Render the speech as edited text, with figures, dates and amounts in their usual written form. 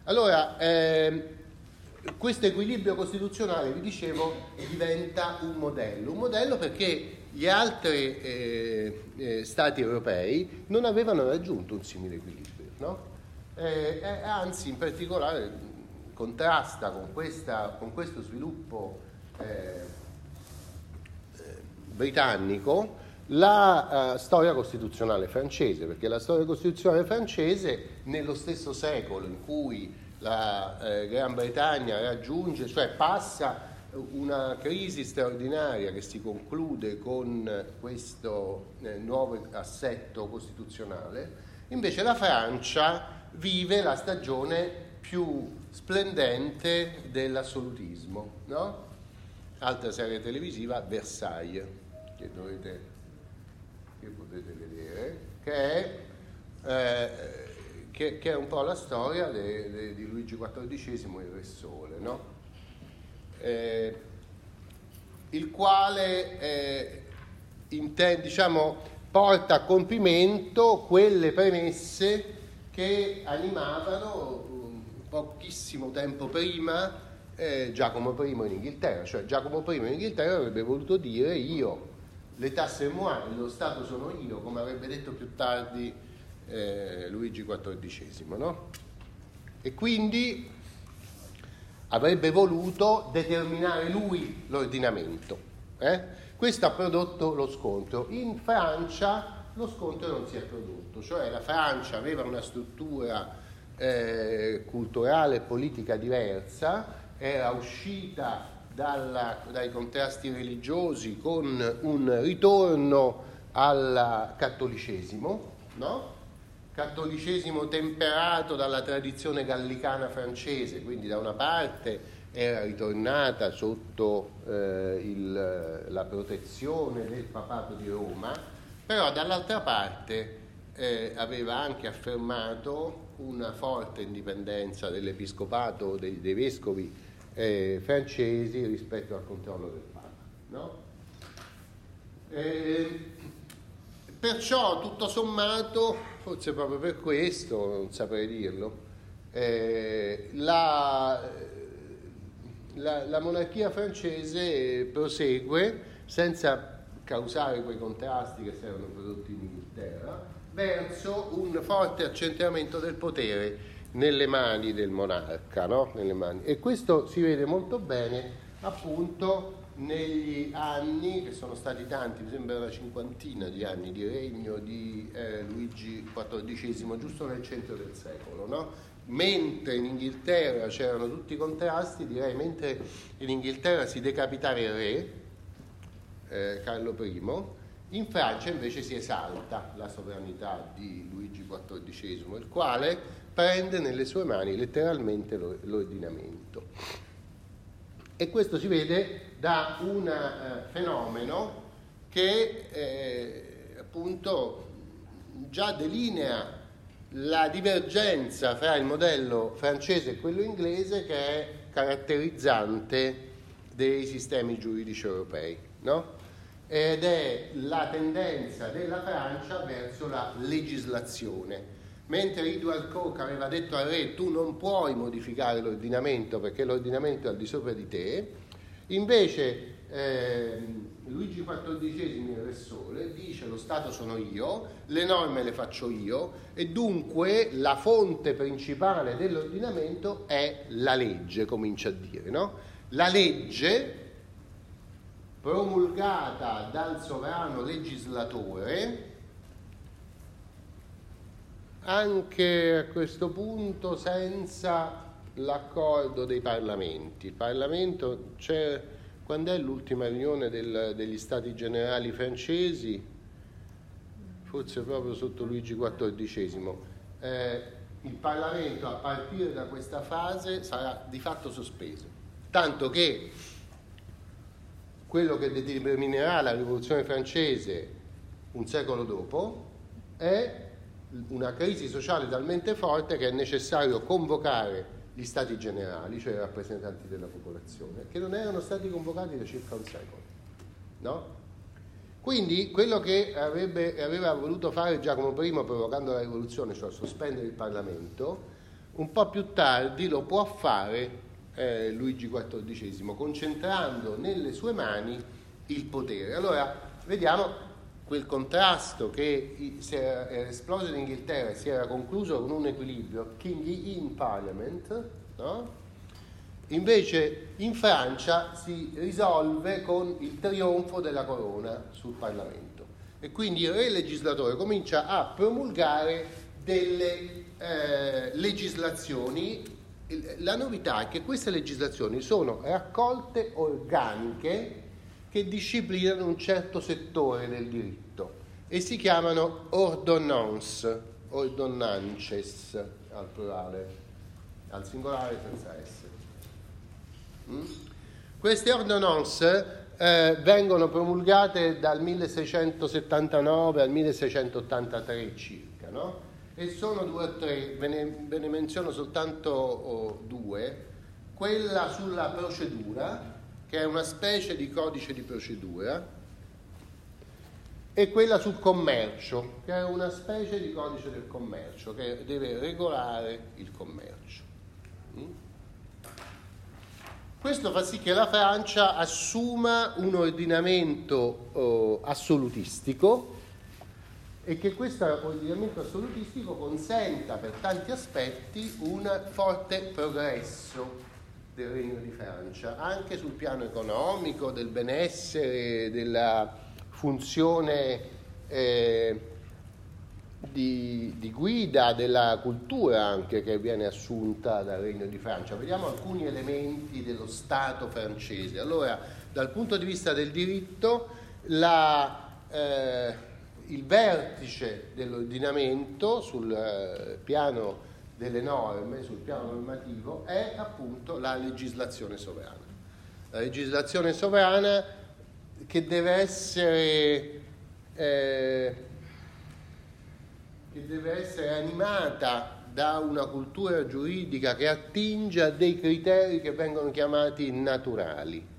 Allora, questo equilibrio costituzionale, vi dicevo, diventa un modello perché gli altri stati europei non avevano raggiunto un simile equilibrio, no? Anzi, in particolare contrasta con questo sviluppo britannico la storia costituzionale francese, perché la storia costituzionale francese, nello stesso secolo in cui la Gran Bretagna raggiunge, cioè passa una crisi straordinaria che si conclude con questo nuovo assetto costituzionale, invece la Francia vive la stagione più splendente dell'assolutismo, no? Altra serie televisiva, Versailles, che potete vedere, che è un po' la storia di Luigi XIV, il Re Sole, no? Il quale porta a compimento quelle premesse che animavano pochissimo tempo prima Giacomo I in Inghilterra. Cioè Giacomo I in Inghilterra avrebbe voluto dire io, l'état c'est moi, lo Stato sono io, come avrebbe detto più tardi Luigi XIV, no? E quindi avrebbe voluto determinare lui l'ordinamento. Questo ha prodotto lo scontro. In Francia lo scontro non si è prodotto, cioè la Francia aveva una struttura culturale e politica diversa, era uscita dai contrasti religiosi con un ritorno al cattolicesimo, no? Cattolicesimo temperato dalla tradizione gallicana francese, quindi da una parte era ritornata sotto la protezione del papato di Roma, però dall'altra parte aveva anche affermato una forte indipendenza dell'episcopato, dei vescovi francesi rispetto al controllo del Papa, no? Perciò, tutto sommato, forse proprio per questo, non saprei dirlo, la monarchia francese prosegue senza causare quei contrasti che si erano prodotti in Inghilterra, verso un forte accentramento del potere nelle mani del monarca, no? E questo si vede molto bene appunto negli anni, che sono stati tanti, mi sembra una cinquantina di anni di regno di Luigi XIV, giusto nel centro del secolo, no? Mentre in Inghilterra c'erano tutti i contrasti, direi, mentre in Inghilterra si decapitava il re, Carlo I, in Francia invece si esalta la sovranità di Luigi XIV, il quale prende nelle sue mani letteralmente l'ordinamento. E questo si vede da un fenomeno che appunto già delinea la divergenza fra il modello francese e quello inglese, che è caratterizzante dei sistemi giuridici europei, no? Ed è la tendenza della Francia verso la legislazione. Mentre Edward Coke aveva detto al re tu non puoi modificare l'ordinamento perché l'ordinamento è al di sopra di te, invece Luigi XIV, il Re Sole, dice lo Stato sono io, le norme le faccio io e dunque la fonte principale dell'ordinamento è la legge, comincia a dire, no? La legge promulgata dal sovrano legislatore, anche a questo punto senza l'accordo dei parlamenti. Il Parlamento quando è l'ultima riunione degli Stati Generali francesi? Forse proprio sotto Luigi XIV. Il Parlamento a partire da questa fase sarà di fatto sospeso, tanto che quello che determinerà la rivoluzione francese un secolo dopo è una crisi sociale talmente forte che è necessario convocare gli stati generali, cioè i rappresentanti della popolazione, che non erano stati convocati da circa un secolo, no? Quindi quello che aveva voluto fare Giacomo I provocando la rivoluzione, cioè sospendere il Parlamento, un po' più tardi lo può fare Luigi XIV, concentrando nelle sue mani il potere. Allora, vediamo quel contrasto che era esploso in Inghilterra e si era concluso con un equilibrio, King in Parliament, no? Invece in Francia si risolve con il trionfo della corona sul Parlamento e quindi il re legislatore comincia a promulgare delle legislazioni. La novità è che queste legislazioni sono raccolte organiche che disciplinano un certo settore del diritto e si chiamano ordonnances al plurale, al singolare senza essere. Queste ordonnances vengono promulgate dal 1679 al 1683 circa, no? E sono 2 o 3, ve ne menziono soltanto 2. Quella sulla procedura, che è una specie di codice di procedura, e quella sul commercio, che è una specie di codice del commercio, che deve regolare il commercio. Questo fa sì che la Francia assuma un ordinamento assolutistico e che questo ordinamento assolutistico consenta per tanti aspetti un forte progresso del Regno di Francia, anche sul piano economico, del benessere, della funzione di guida, della cultura anche che viene assunta dal Regno di Francia. Vediamo alcuni elementi dello Stato francese. Allora, dal punto di vista del diritto, il vertice dell'ordinamento sul piano delle norme, sul piano normativo, è appunto la legislazione sovrana. La legislazione sovrana che deve essere animata da una cultura giuridica che attinge a dei criteri che vengono chiamati naturali.